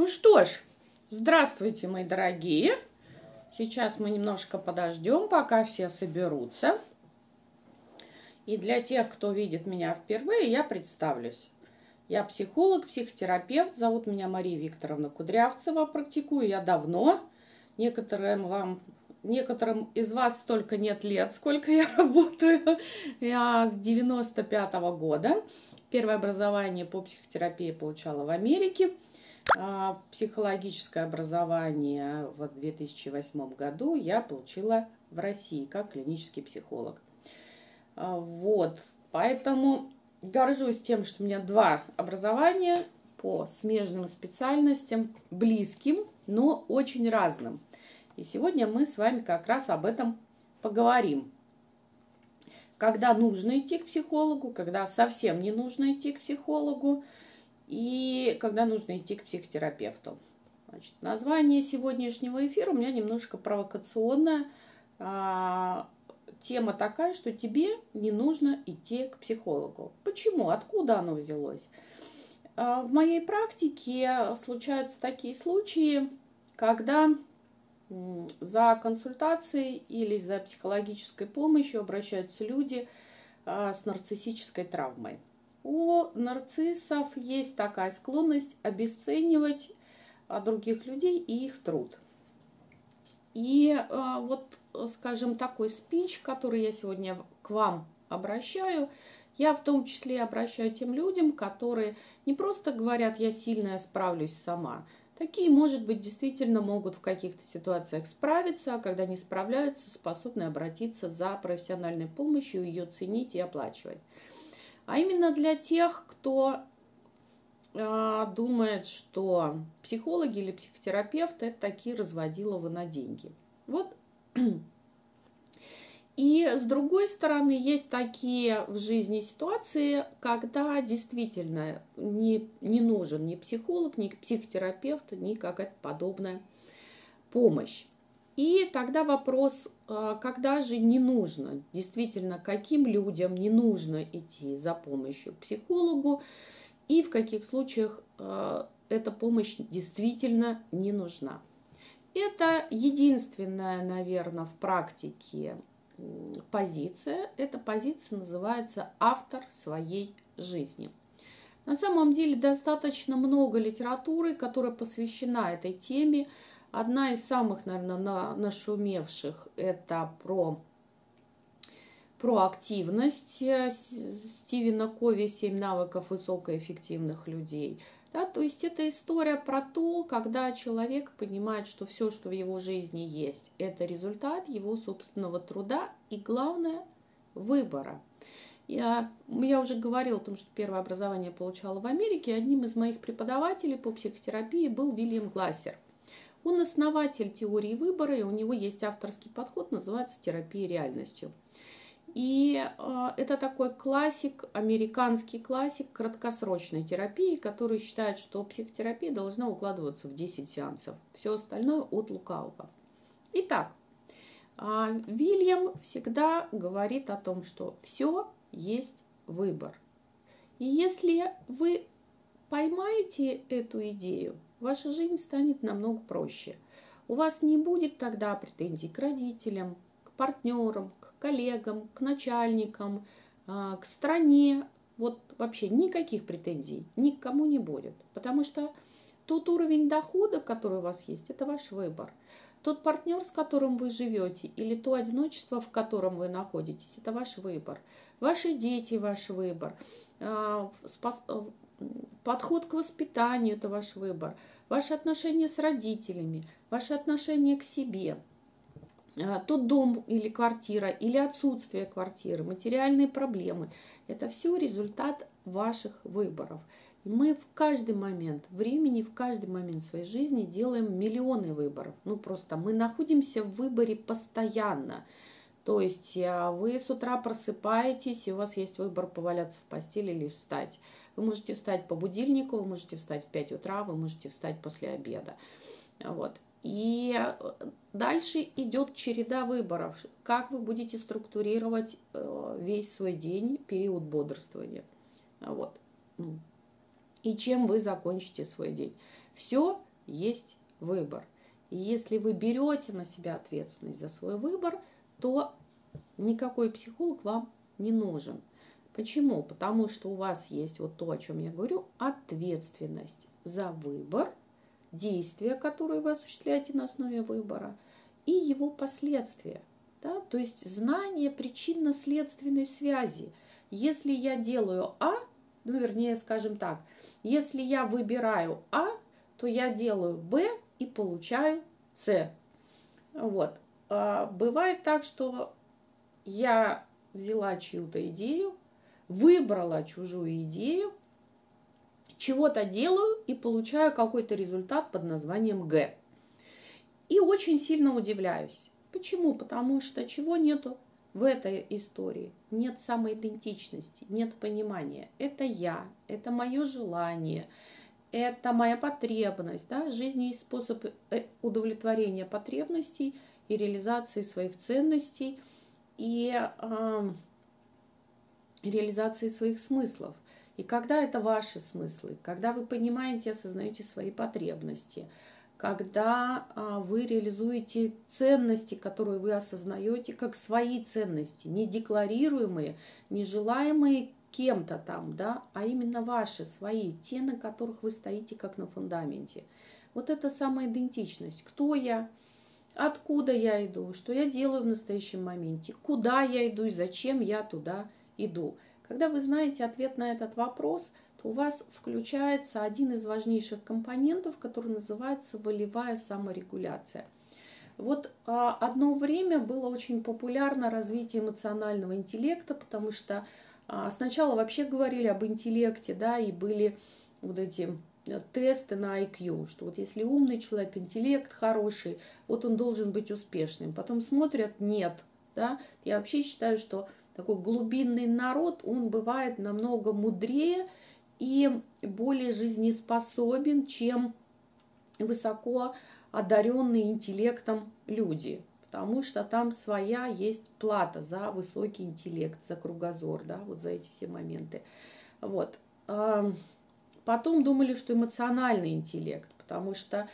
Ну что ж, здравствуйте, мои дорогие. Сейчас мы немножко подождем, пока все соберутся. И для тех, кто видит меня впервые, я представлюсь. Я психолог, психотерапевт. Зовут меня Мария Викторовна Кудрявцева. Практикую я давно. Некоторым из вас столько нет лет, сколько я работаю. Я с 95-го года. Первое образование по психотерапии получала в Америке. Психологическое образование в 2008 году я получила в России как клинический психолог. Вот, поэтому горжусь тем, что у меня два образования по смежным специальностям, близким, но очень разным. И сегодня мы с вами как раз об этом поговорим. Когда нужно идти к психологу, когда совсем не нужно идти к психологу, и когда нужно идти к психотерапевту. Значит, название сегодняшнего эфира у меня немножко провокационное. Тема такая, что тебе не нужно идти к психологу. Почему? Откуда оно взялось? В моей практике случаются такие случаи, когда за консультацией или за психологической помощью обращаются люди с нарциссической травмой. У нарциссов есть такая склонность обесценивать других людей и их труд. И вот, скажем, такой спич, который я сегодня к вам обращаю, я в том числе обращаю тем людям, которые не просто говорят «я сильная, справлюсь сама». Такие, может быть, действительно могут в каких-то ситуациях справиться, а когда не справляются, способны обратиться за профессиональной помощью, ее ценить и оплачивать. А именно для тех, кто думает, что психологи или психотерапевты – это такие разводиловы на деньги. Вот. И с другой стороны, есть такие в жизни ситуации, когда действительно не нужен ни психолог, ни психотерапевт, ни какая-то подобная помощь. И тогда вопрос, когда же не нужно, действительно, каким людям не нужно идти за помощью к психологу, и в каких случаях эта помощь действительно не нужна. Это единственная, наверное, в практике позиция. Эта позиция называется «автор своей жизни». На самом деле достаточно много литературы, которая посвящена этой теме. Одна из самых, наверное, нашумевших – это про активность Стивена Кови «7 навыков высокоэффективных людей». Да, то есть это история про то, когда человек понимает, что все, что в его жизни есть, это результат его собственного труда и, главное, выбора. Я уже говорила о том, что первое образование я получала в Америке. Одним из моих преподавателей по психотерапии был Вильям Глассер. Он основатель теории выбора, и у него есть авторский подход, называется терапия реальностью. И это такой классик, американский классик краткосрочной терапии, который считает, что психотерапия должна укладываться в 10 сеансов. Все остальное от лукавого. Итак, Вильям всегда говорит о том, что все есть выбор. И если вы поймаете эту идею, ваша жизнь станет намного проще. У вас не будет тогда претензий к родителям, к партнерам, к коллегам, к начальникам, к стране. Вот вообще никаких претензий никому не будет. Потому что тот уровень дохода, который у вас есть, это ваш выбор. Тот партнер, с которым вы живете, или то одиночество, в котором вы находитесь, это ваш выбор. Ваши дети – ваш выбор. Подход к воспитанию – это ваш выбор. Ваши отношения с родителями, ваши отношения к себе. Тот дом или квартира, или отсутствие квартиры, материальные проблемы – это все результат ваших выборов. И мы в каждый момент времени, в каждый момент своей жизни делаем миллионы выборов. Ну просто мы находимся в выборе постоянно. То есть вы с утра просыпаетесь, и у вас есть выбор поваляться в постели или встать. Вы можете встать по будильнику, вы можете встать в 5 утра, вы можете встать после обеда. Вот. И дальше идет череда выборов. Как вы будете структурировать весь свой день, период бодрствования. Вот. И чем вы закончите свой день. Все есть выбор. И если вы берете на себя ответственность за свой выбор, то никакой психолог вам не нужен. Почему? Потому что у вас есть вот то, о чем я говорю, ответственность за выбор, действия, которые вы осуществляете на основе выбора, и его последствия. Да? То есть знание причинно-следственной связи. Если я делаю А, ну вернее, скажем так, если я выбираю А, то я делаю Б и получаю С. Вот. Бывает так, что я взяла чью-то идею, выбрала чужую идею, чего-то делаю и получаю какой-то результат под названием Г. И очень сильно удивляюсь. Почему? Потому что чего нету в этой истории? Нет самоидентичности, нет понимания. Это я, это мое желание, это моя потребность. Да? В жизни есть способ удовлетворения потребностей и реализации своих ценностей и реализации своих смыслов. И когда это ваши смыслы, когда вы понимаете, осознаете свои потребности, когда вы реализуете ценности, которые вы осознаете как свои ценности, не декларируемые, не желаемые кем-то там, да, а именно ваши, свои, те, на которых вы стоите как на фундаменте. Вот это самоидентичность. Кто я? Откуда я иду? Что я делаю в настоящем моменте? Куда я иду и зачем я туда иду? Когда вы знаете ответ на этот вопрос, то у вас включается один из важнейших компонентов, который называется волевая саморегуляция. Вот одно время было очень популярно развитие эмоционального интеллекта, потому что сначала вообще говорили об интеллекте, да, и были вот эти тесты на IQ, что вот если умный человек, интеллект хороший, вот он должен быть успешным. Потом смотрят, нет, да. Я вообще считаю, что такой глубинный народ, он бывает намного мудрее и более жизнеспособен, чем высоко одаренные интеллектом люди. Потому что там своя есть плата за высокий интеллект, за кругозор, да, вот за эти все моменты. Вот. Потом думали, что эмоциональный интеллект, потому что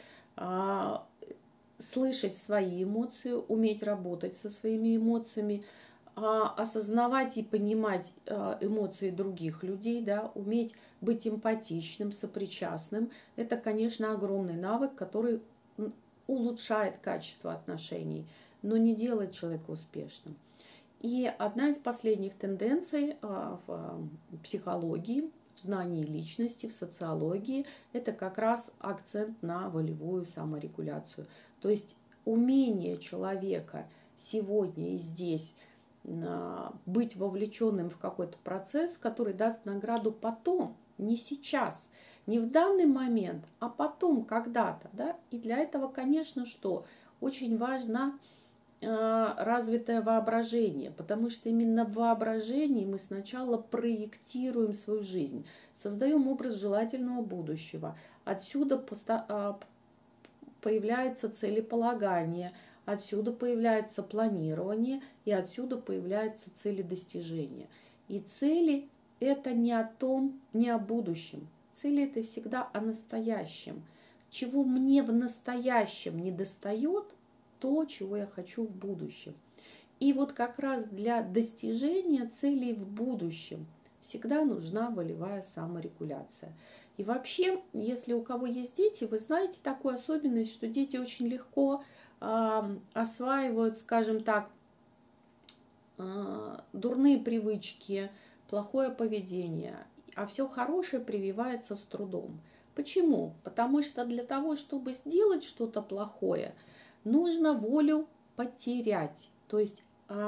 слышать свои эмоции, уметь работать со своими эмоциями, осознавать и понимать эмоции других людей, да, уметь быть эмпатичным, сопричастным, это, конечно, огромный навык, который улучшает качество отношений, но не делает человека успешным. И одна из последних тенденций в психологии, в знании личности, в социологии, это как раз акцент на волевую саморегуляцию. То есть умение человека сегодня и здесь быть вовлеченным в какой-то процесс, который даст награду потом, не сейчас, не в данный момент, а потом, когда-то. Да? И для этого, конечно, что очень важно развитое воображение, потому что именно в воображении мы сначала проектируем свою жизнь, создаем образ желательного будущего. Отсюда появляется целеполагание, отсюда появляется планирование, и отсюда появляются цели достижения. И цели – это не о том, не о будущем. Цели – это всегда о настоящем. Чего мне в настоящем недостает, то, чего я хочу в будущем. И вот как раз для достижения целей в будущем всегда нужна волевая саморегуляция. И вообще, если у кого есть дети, вы знаете такую особенность, что дети очень легко осваивают, скажем так, дурные привычки, плохое поведение, а все хорошее прививается с трудом. Почему? Потому что для того, чтобы сделать что-то плохое, нужно волю потерять, то есть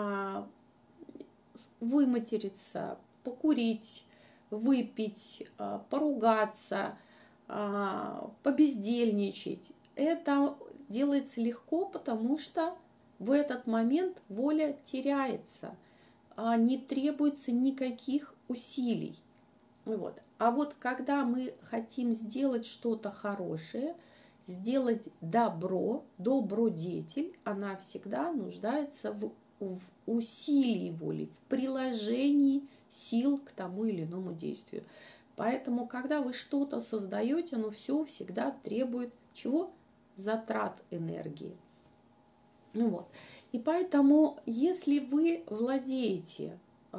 выматериться, покурить, выпить, поругаться, побездельничать. Это делается легко, потому что в этот момент воля теряется, не требуется никаких усилий. Вот. А вот когда мы хотим сделать что-то хорошее, сделать добро, добродетель, она всегда нуждается в усилии воли, в приложении сил к тому или иному действию. Поэтому, когда вы что-то создаете, оно все всегда требует чего? Затрат энергии. Вот. И поэтому, если вы владеете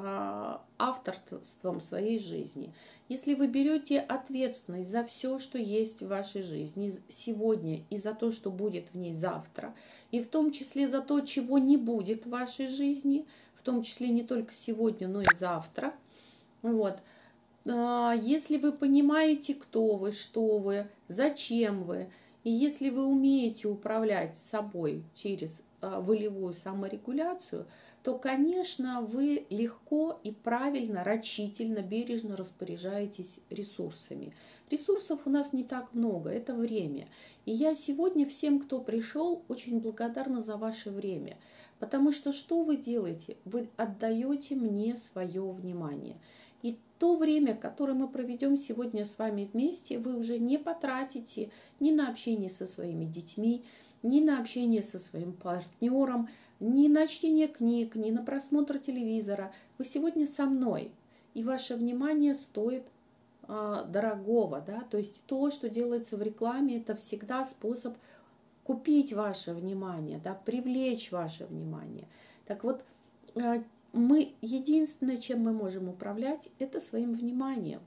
авторством своей жизни, если вы берете ответственность за все, что есть в вашей жизни сегодня и за то, что будет в ней завтра, и в том числе за то, чего не будет в вашей жизни, в том числе не только сегодня, но и завтра, вот. Если вы понимаете, кто вы, что вы, зачем вы, и если вы умеете управлять собой через волевую саморегуляцию, то, конечно, вы легко и правильно, рачительно, бережно распоряжаетесь ресурсами. Ресурсов у нас не так много, это время. И я сегодня всем, кто пришел, очень благодарна за ваше время. Потому что вы делаете? Вы отдаете мне свое внимание. И то время, которое мы проведем сегодня с вами вместе, вы уже не потратите ни на общение со своими детьми, ни на общение со своим партнером, ни на чтение книг, ни на просмотр телевизора. Вы сегодня со мной, и ваше внимание стоит дорогого. Да? То есть то, что делается в рекламе, это всегда способ купить ваше внимание, да? Привлечь ваше внимание. Так вот, мы единственное, чем мы можем управлять, это своим вниманием.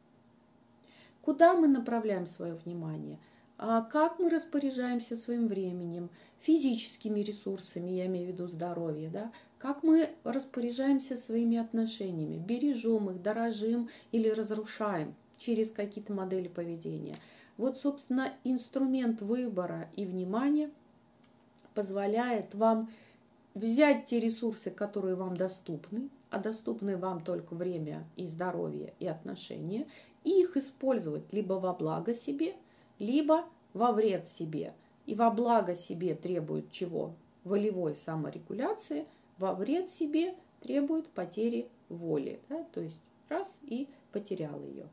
Куда мы направляем свое внимание? Как мы распоряжаемся своим временем, физическими ресурсами, я имею в виду здоровье, да? Как мы распоряжаемся своими отношениями, бережем их, дорожим или разрушаем через какие-то модели поведения. Вот, собственно, инструмент выбора и внимания позволяет вам взять те ресурсы, которые вам доступны, а доступны вам только время и здоровье и отношения, и их использовать либо во благо себе, либо во вред себе. И во благо себе требует чего? Волевой саморегуляции, во вред себе требует потери воли. Да? То есть раз и потерял ее.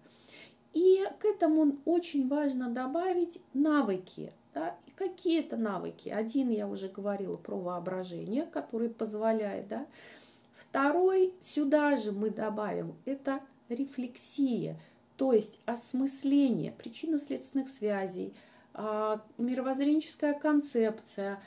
И к этому очень важно добавить навыки. Да? И какие это навыки? Один я уже говорила про воображение, который позволяет. Да? Второй, сюда же мы добавим, это рефлексия, то есть осмысление причинно-следственных связей, мировоззренческая концепция,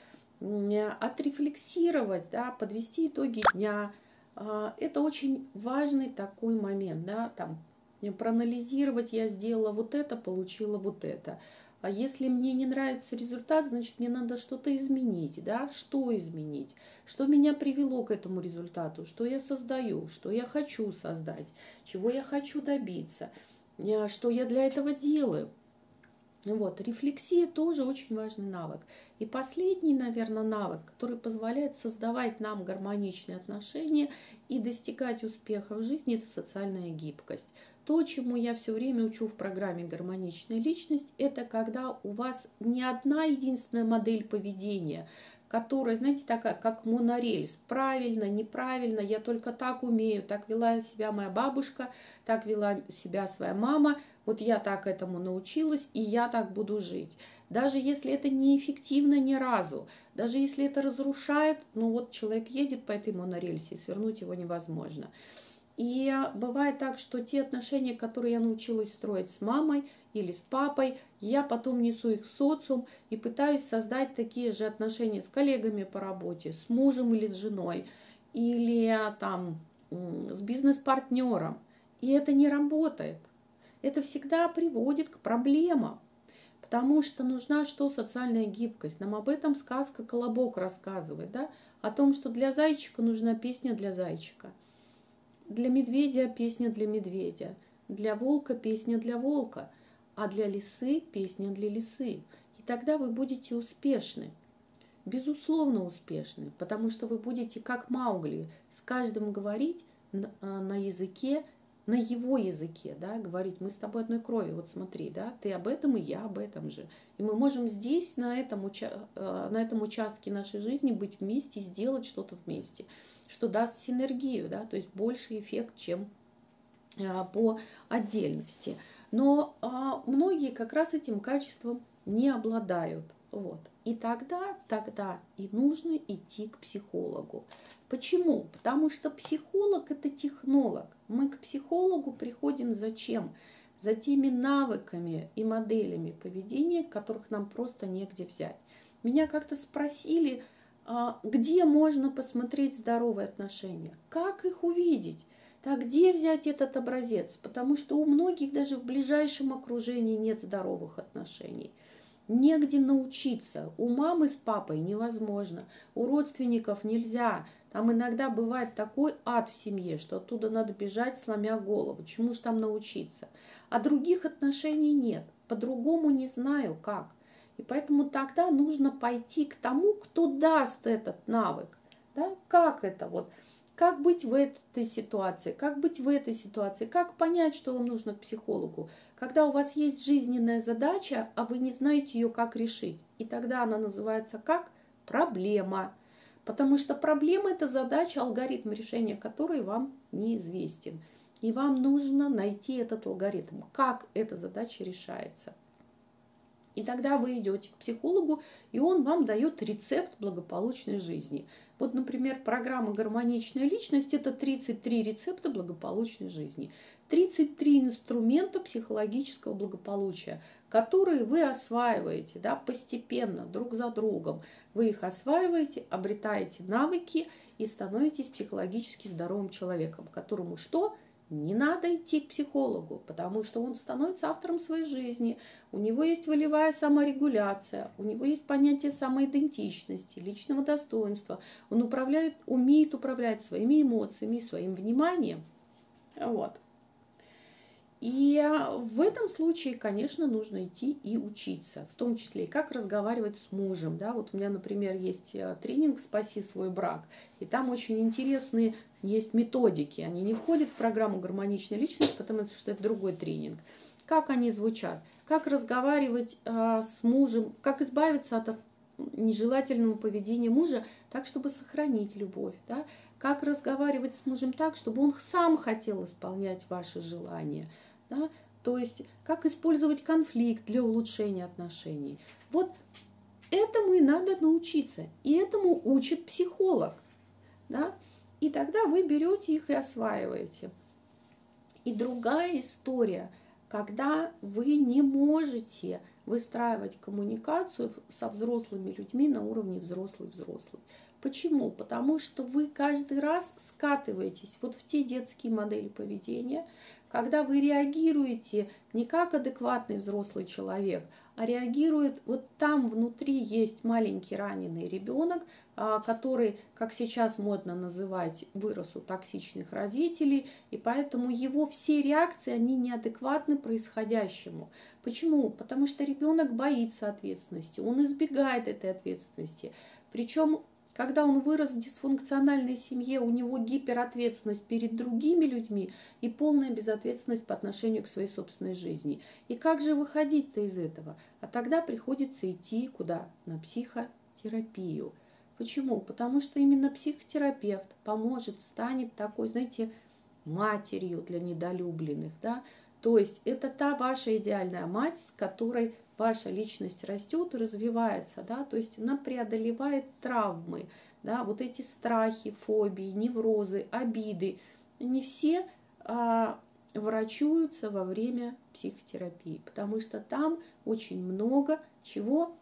отрефлексировать, да, подвести итоги дня. Это очень важный такой момент. Да? Там, проанализировать, я сделала вот это, получила вот это. А если мне не нравится результат, значит, мне надо что-то изменить. Да? Что изменить? Что меня привело к этому результату? Что я создаю? Что я хочу создать? Чего я хочу добиться? Что я для этого делаю? Вот. Рефлексия тоже очень важный навык. И последний, наверное, навык, который позволяет создавать нам гармоничные отношения и достигать успеха в жизни, это социальная гибкость. То, чему я все время учу в программе «Гармоничная личность», это когда у вас не одна единственная модель поведения, которая, знаете, такая, как монорельс. Правильно, неправильно, я только так умею. Так вела себя моя бабушка, так вела себя своя мама. Вот я так этому научилась, и я так буду жить. Даже если это неэффективно ни разу, даже если это разрушает, ну вот человек едет по этой монорельсе, и свернуть его невозможно. И бывает так, что те отношения, которые я научилась строить с мамой или с папой, я потом несу их в социум и пытаюсь создать такие же отношения с коллегами по работе, с мужем или с женой, или там с бизнес-партнером. И это не работает. Это всегда приводит к проблемам. Потому что нужна что? Социальная гибкость. Нам об этом сказка «Колобок» рассказывает. Да? О том, что для зайчика нужна песня для зайчика. Для медведя песня для медведя, для волка песня для волка, а для лисы песня для лисы. И тогда вы будете успешны, безусловно успешны, потому что вы будете как Маугли с каждым говорить на языке, на его языке, да, говорить: мы с тобой одной крови, вот смотри, да, ты об этом, и я об этом же. И мы можем здесь, на этом участке нашей жизни быть вместе и сделать что-то вместе, что даст синергию, да, то есть больший эффект, чем по отдельности. Но многие как раз этим качеством не обладают. Вот. И тогда и нужно идти к психологу. Почему? Потому что психолог – это технолог. Мы к психологу приходим зачем? за теми навыками и моделями поведения, которых нам просто негде взять. Меня как-то спросили, где можно посмотреть здоровые отношения, как их увидеть, так где взять этот образец, потому что у многих даже в ближайшем окружении нет здоровых отношений. Негде научиться. У мамы с папой невозможно, у родственников нельзя. Там иногда бывает такой ад в семье, что оттуда надо бежать, сломя голову. Чему ж там научиться? А других отношений нет. По-другому не знаю как. И поэтому тогда нужно пойти к тому, кто даст этот навык. Да? Как это вот? Как быть в этой ситуации? Как быть в этой ситуации? Как понять, что вам нужно к психологу? Когда у вас есть жизненная задача, а вы не знаете ее как решить. И тогда она называется как? Проблема. Потому что проблема – это задача, алгоритм решения которой вам неизвестен. И вам нужно найти этот алгоритм, как эта задача решается. И тогда вы идете к психологу, и он вам дает рецепт благополучной жизни. Вот, например, программа «Гармоничная личность» – это 33 рецепта благополучной жизни. 33 инструмента психологического благополучия, которые вы осваиваете, да, постепенно, друг за другом. Вы их осваиваете, обретаете навыки и становитесь психологически здоровым человеком, которому что? Не надо идти к психологу, потому что он становится автором своей жизни. У него есть волевая саморегуляция, у него есть понятие самоидентичности, личного достоинства. Он умеет управлять своими эмоциями, своим вниманием. Вот. И в этом случае, конечно, нужно идти и учиться, в том числе и как разговаривать с мужем. Да? Вот у меня, например, есть тренинг «Спаси свой брак», и там очень интересные есть методики. Они не входят в программу «Гармоничная личность», потому что это другой тренинг. Как они звучат? Как разговаривать с мужем, как избавиться от нежелательного поведения мужа так, чтобы сохранить любовь. Да? Как разговаривать с мужем так, чтобы он сам хотел исполнять ваши желания. Да? То есть, как использовать конфликт для улучшения отношений. Вот этому и надо научиться. И этому учит психолог. Да? И тогда вы берете их и осваиваете. И другая история, когда вы не можете выстраивать коммуникацию со взрослыми людьми на уровне взрослый-взрослый. Почему? Потому что вы каждый раз скатываетесь вот в те детские модели поведения, когда вы реагируете не как адекватный взрослый человек, а реагирует, вот там внутри есть маленький раненый ребенок, который, как сейчас модно называть, вырос у токсичных родителей, и поэтому его все реакции, они неадекватны происходящему. Почему? Потому что ребенок боится ответственности, он избегает этой ответственности. Причем, когда он вырос в дисфункциональной семье, у него гиперответственность перед другими людьми и полная безответственность по отношению к своей собственной жизни. И как же выходить-то из этого? А тогда приходится идти куда? На психотерапию. Почему? Потому что именно психотерапевт поможет, станет такой, знаете, матерью для недолюбленных. Да? То есть это та ваша идеальная мать, с которой ваша личность растет и развивается, да, то есть она преодолевает травмы, да, вот эти страхи, фобии, неврозы, обиды, они все врачуются во время психотерапии, потому что там очень много чего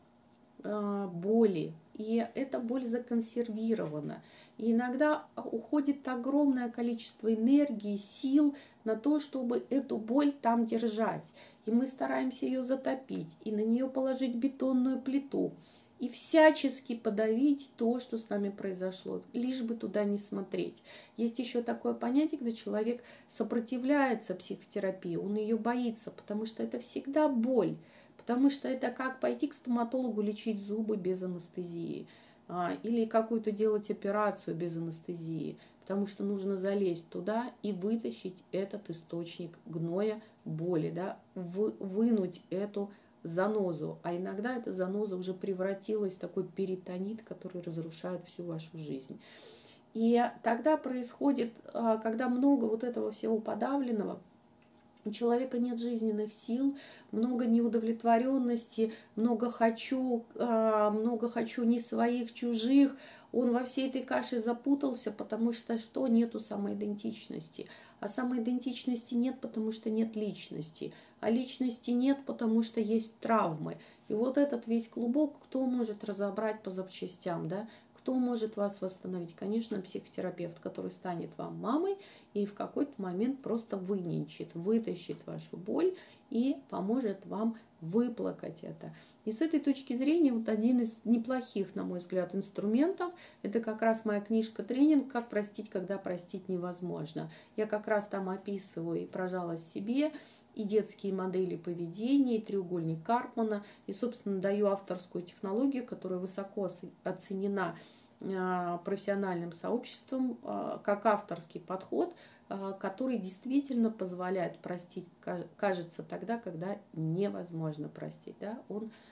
боли, и эта боль законсервирована. И иногда уходит огромное количество энергии, сил на то, чтобы эту боль там держать. И мы стараемся ее затопить, и на нее положить бетонную плиту, и всячески подавить то, что с нами произошло, лишь бы туда не смотреть. Есть еще такое понятие, когда человек сопротивляется психотерапии, он ее боится, потому что это всегда боль, потому что это как пойти к стоматологу лечить зубы без анестезии, или какую-то делать операцию без анестезии, потому что нужно залезть туда и вытащить этот источник гноя, боли, да, вынуть эту занозу. А иногда эта заноза уже превратилась в такой перитонит, который разрушает всю вашу жизнь. И тогда происходит, когда много вот этого всего подавленного, у человека нет жизненных сил, много неудовлетворенности, много хочу не своих, чужих. Он во всей этой каше запутался, потому что что? Нету самоидентичности. А самоидентичности нет, потому что нет личности. А личности нет, потому что есть травмы. И вот этот весь клубок, кто может разобрать по запчастям, да? Кто может вас восстановить? Конечно, психотерапевт, который станет вам мамой и в какой-то момент просто выненчит, вытащит вашу боль и поможет вам выплакать это. И с этой точки зрения вот один из неплохих, на мой взгляд, инструментов, это как раз моя книжка «Тренинг. Как простить, когда простить невозможно». Я как раз там описываю и про жалость себе, и детские модели поведения, и треугольник Карпмана, и, собственно, даю авторскую технологию, которая высоко оценена профессиональным сообществом, как авторский подход, который действительно позволяет простить, кажется, тогда, когда невозможно простить. Да?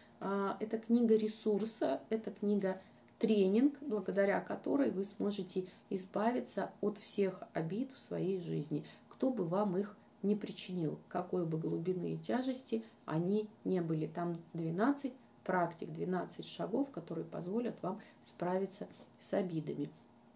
Это книга ресурса, это книга тренинг, благодаря которой вы сможете избавиться от всех обид в своей жизни, кто бы вам их не причинил, какой бы глубины и тяжести они не были. Там 12 практик, 12 шагов, которые позволят вам справиться с обидами.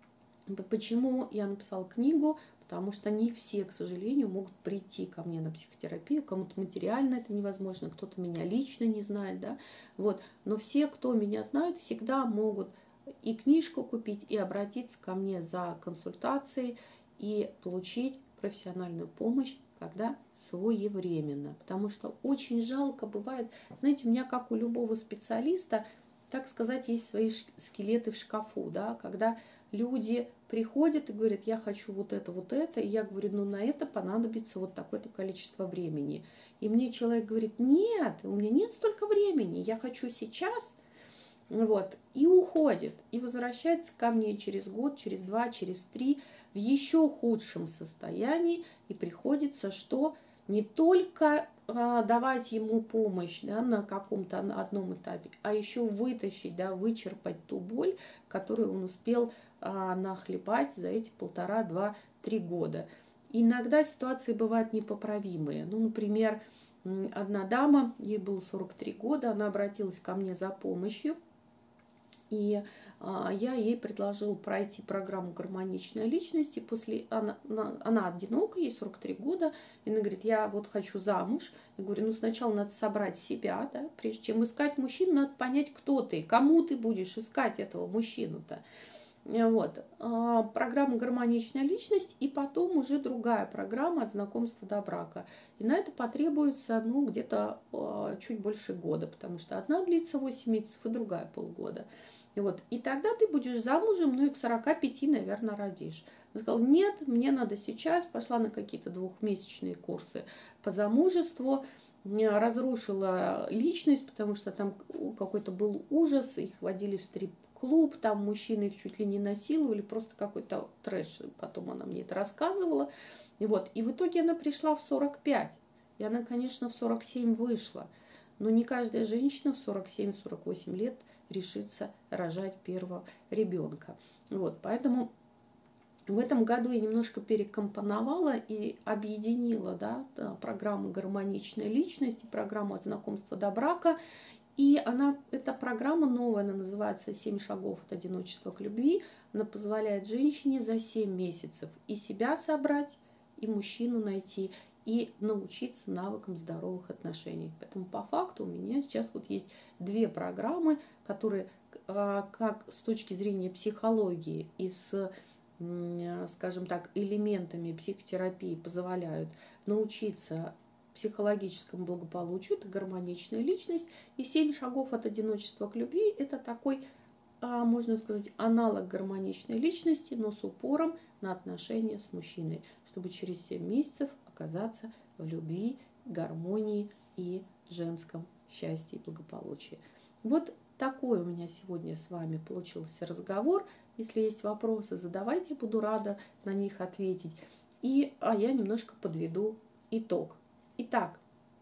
Почему я написала книгу? Потому что не все, к сожалению, могут прийти ко мне на психотерапию, кому-то материально это невозможно, кто-то меня лично не знает, да, вот. Но все, кто меня знают, всегда могут и книжку купить, и обратиться ко мне за консультацией, и получить профессиональную помощь, когда своевременно. Потому что очень жалко бывает, знаете, у меня, как у любого специалиста, так сказать, есть свои скелеты в шкафу, да, когда люди приходят и говорят, я хочу вот это, и я говорю, ну на это понадобится вот такое-то количество времени. И мне человек говорит, нет, у меня нет столько времени, я хочу сейчас, вот, и уходит, и возвращается ко мне через год, через 2, через 3 в еще худшем состоянии, и приходится, что не только давать ему помощь, да, на каком-то одном этапе, а еще вытащить, да, вычерпать ту боль, которую он успел нахлебать за эти 1,5, 2, 3 года. Иногда ситуации бывают непоправимые. Ну, например, одна дама, ей было 43 года, она обратилась ко мне за помощью, и я ей предложила пройти программу «Гармоничная личность». И после она одинока, ей 43 года. И она говорит, я вот хочу замуж. Я говорю, ну сначала надо собрать себя, да, прежде чем искать мужчину, надо понять, кто ты, кому ты будешь искать этого мужчину-то. Вот. Программа «Гармоничная личность» и потом уже другая программа «От знакомства до брака». И на это потребуется, ну, где-то чуть больше года, потому что одна длится 8 месяцев, и другая полгода. И тогда ты будешь замужем, ну и к 45, наверное, родишь. Он сказал, нет, мне надо сейчас. Пошла на какие-то 2-месячные курсы по замужеству, разрушила личность, потому что там какой-то был ужас, их водили в стрип-клуб, там мужчины их чуть ли не насиловали, просто какой-то трэш, потом она мне это рассказывала. И в итоге она пришла в 45, и она, конечно, в 47 вышла. Но не каждая женщина в 47-48 лет решится рожать первого ребенка. Поэтому в этом году я немножко перекомпоновала и объединила, да, программу «Гармоничная личность» и программу «От знакомства до брака». И эта программа новая, она называется «7 шагов от одиночества к любви». Она позволяет женщине за 7 месяцев и себя собрать, и мужчину найти, и научиться навыкам здоровых отношений. Поэтому по факту у меня сейчас есть 2 программы, которые как с точки зрения психологии и с, скажем так, элементами психотерапии позволяют научиться психологическому благополучию, это гармоничная личность, и 7 шагов от одиночества к любви, это такой, можно сказать, аналог гармоничной личности, но с упором на отношения с мужчиной, чтобы через 7 месяцев оказаться в любви, гармонии и женском счастье и благополучии. Вот такой у меня сегодня с вами получился разговор. Если есть вопросы, задавайте, я буду рада на них ответить. А я немножко подведу итог. Итак,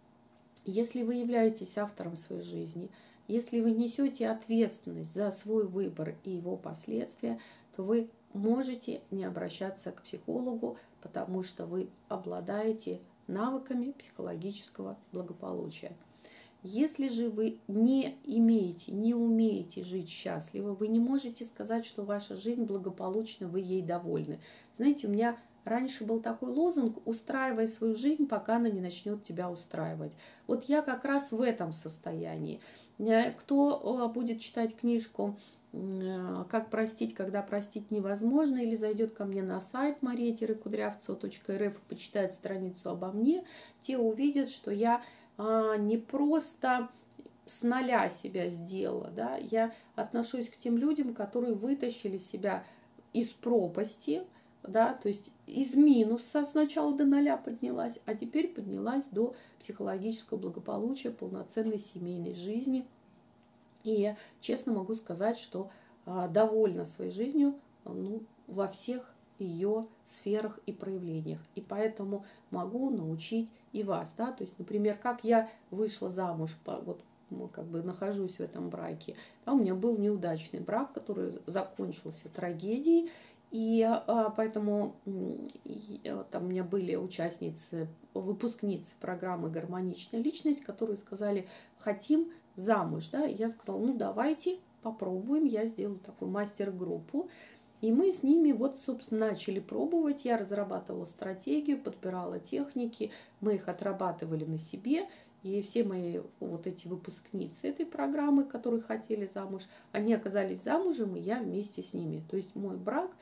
если вы являетесь автором своей жизни, если вы несете ответственность за свой выбор и его последствия, то вы можете не обращаться к психологу, потому что вы обладаете навыками психологического благополучия. Если же вы не имеете, не умеете жить счастливо, вы не можете сказать, что ваша жизнь благополучна, вы ей довольны. Знаете, у меня раньше был такой лозунг: устраивай свою жизнь, пока она не начнет тебя устраивать. Вот я как раз в этом состоянии. Кто будет читать книжку «Как простить, когда простить невозможно», или зайдет ко мне на сайт maria-kudryavtseva.rf и почитает страницу обо мне, те увидят, что я не просто с нуля себя сделала, да, я отношусь к тем людям, которые вытащили себя из пропасти, да, то есть из минуса сначала до нуля поднялась, а теперь поднялась до психологического благополучия, полноценной семейной жизни. И я честно могу сказать, что довольна своей жизнью, ну, во всех ее сферах и проявлениях. И поэтому могу научить и вас. Да? То есть, например, как я вышла замуж, вот как бы нахожусь в этом браке. Да, у меня был неудачный брак, который закончился трагедией. И поэтому там у меня были участницы, выпускницы программы «Гармоничная личность», которые сказали: хотим замуж. Да? И я сказала: ну давайте попробуем. Я сделала такую мастер-группу. И мы с ними вот, собственно, начали пробовать. Я разрабатывала стратегию, подбирала техники, мы их отрабатывали на себе. И все мои вот эти выпускницы этой программы, которые хотели замуж, они оказались замужем, и я вместе с ними. То есть мой брак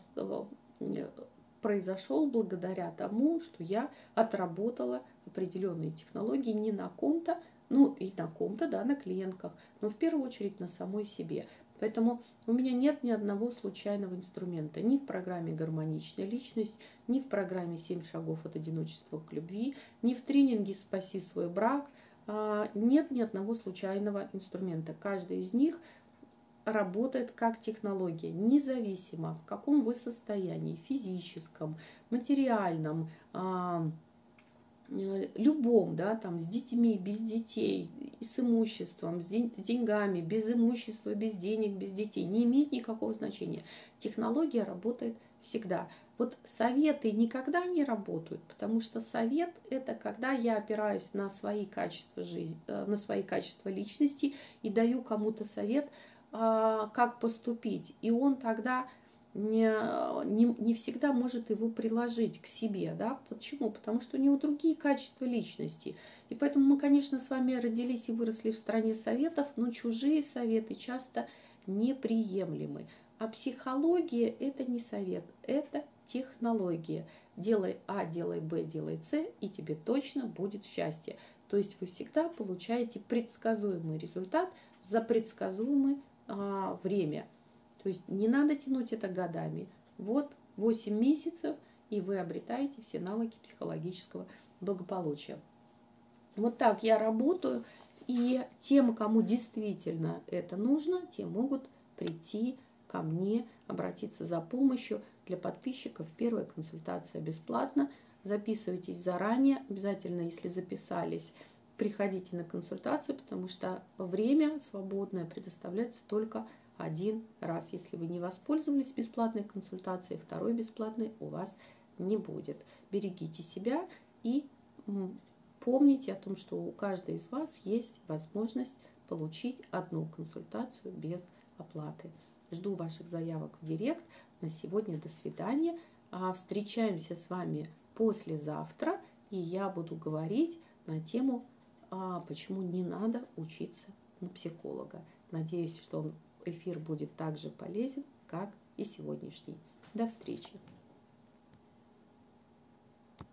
произошел благодаря тому, что я отработала определенные технологии не на ком-то, ну и на ком-то, да, на клиентках, но в первую очередь на самой себе. Поэтому у меня нет ни одного случайного инструмента ни в программе «Гармоничная личность», ни в программе «7 шагов от одиночества к любви», ни в тренинге «Спаси свой брак». Нет ни одного случайного инструмента. Каждый из них работает как технология, независимо в каком вы состоянии, физическом, материальном, любом, да, там, с детьми, без детей, с имуществом, с деньгами, без имущества, без денег, без детей, не имеет никакого значения. Технология работает всегда. Вот советы никогда не работают, потому что совет – это когда я опираюсь на свои качества жизни, на свои качества личности и даю кому-то совет, как поступить. И он тогда не всегда может его приложить к себе. Да? Почему? Потому что у него другие качества личности. И поэтому мы, конечно, с вами родились и выросли в стране советов, но чужие советы часто неприемлемы. А психология – это не совет, это технология. Делай А, делай Б, делай С, и тебе точно будет счастье. То есть вы всегда получаете предсказуемый результат за предсказуемое время. То есть не надо тянуть это годами. Вот 8 месяцев, и вы обретаете все навыки психологического благополучия. Вот так я работаю, и тем, кому действительно это нужно, те могут прийти ко мне, обратиться за помощью. Для подписчиков первая консультация бесплатна. Записывайтесь заранее. Обязательно, если записались, приходите на консультацию, потому что время свободное предоставляется только один раз. Если вы не воспользовались бесплатной консультацией, второй бесплатной у вас не будет. Берегите себя и помните о том, что у каждой из вас есть возможность получить одну консультацию без оплаты. Жду ваших заявок в директ. На сегодня до свидания. Встречаемся с вами послезавтра, и я буду говорить на тему, почему не надо учиться на психолога. Надеюсь, что эфир будет так же полезен, как и сегодняшний. До встречи!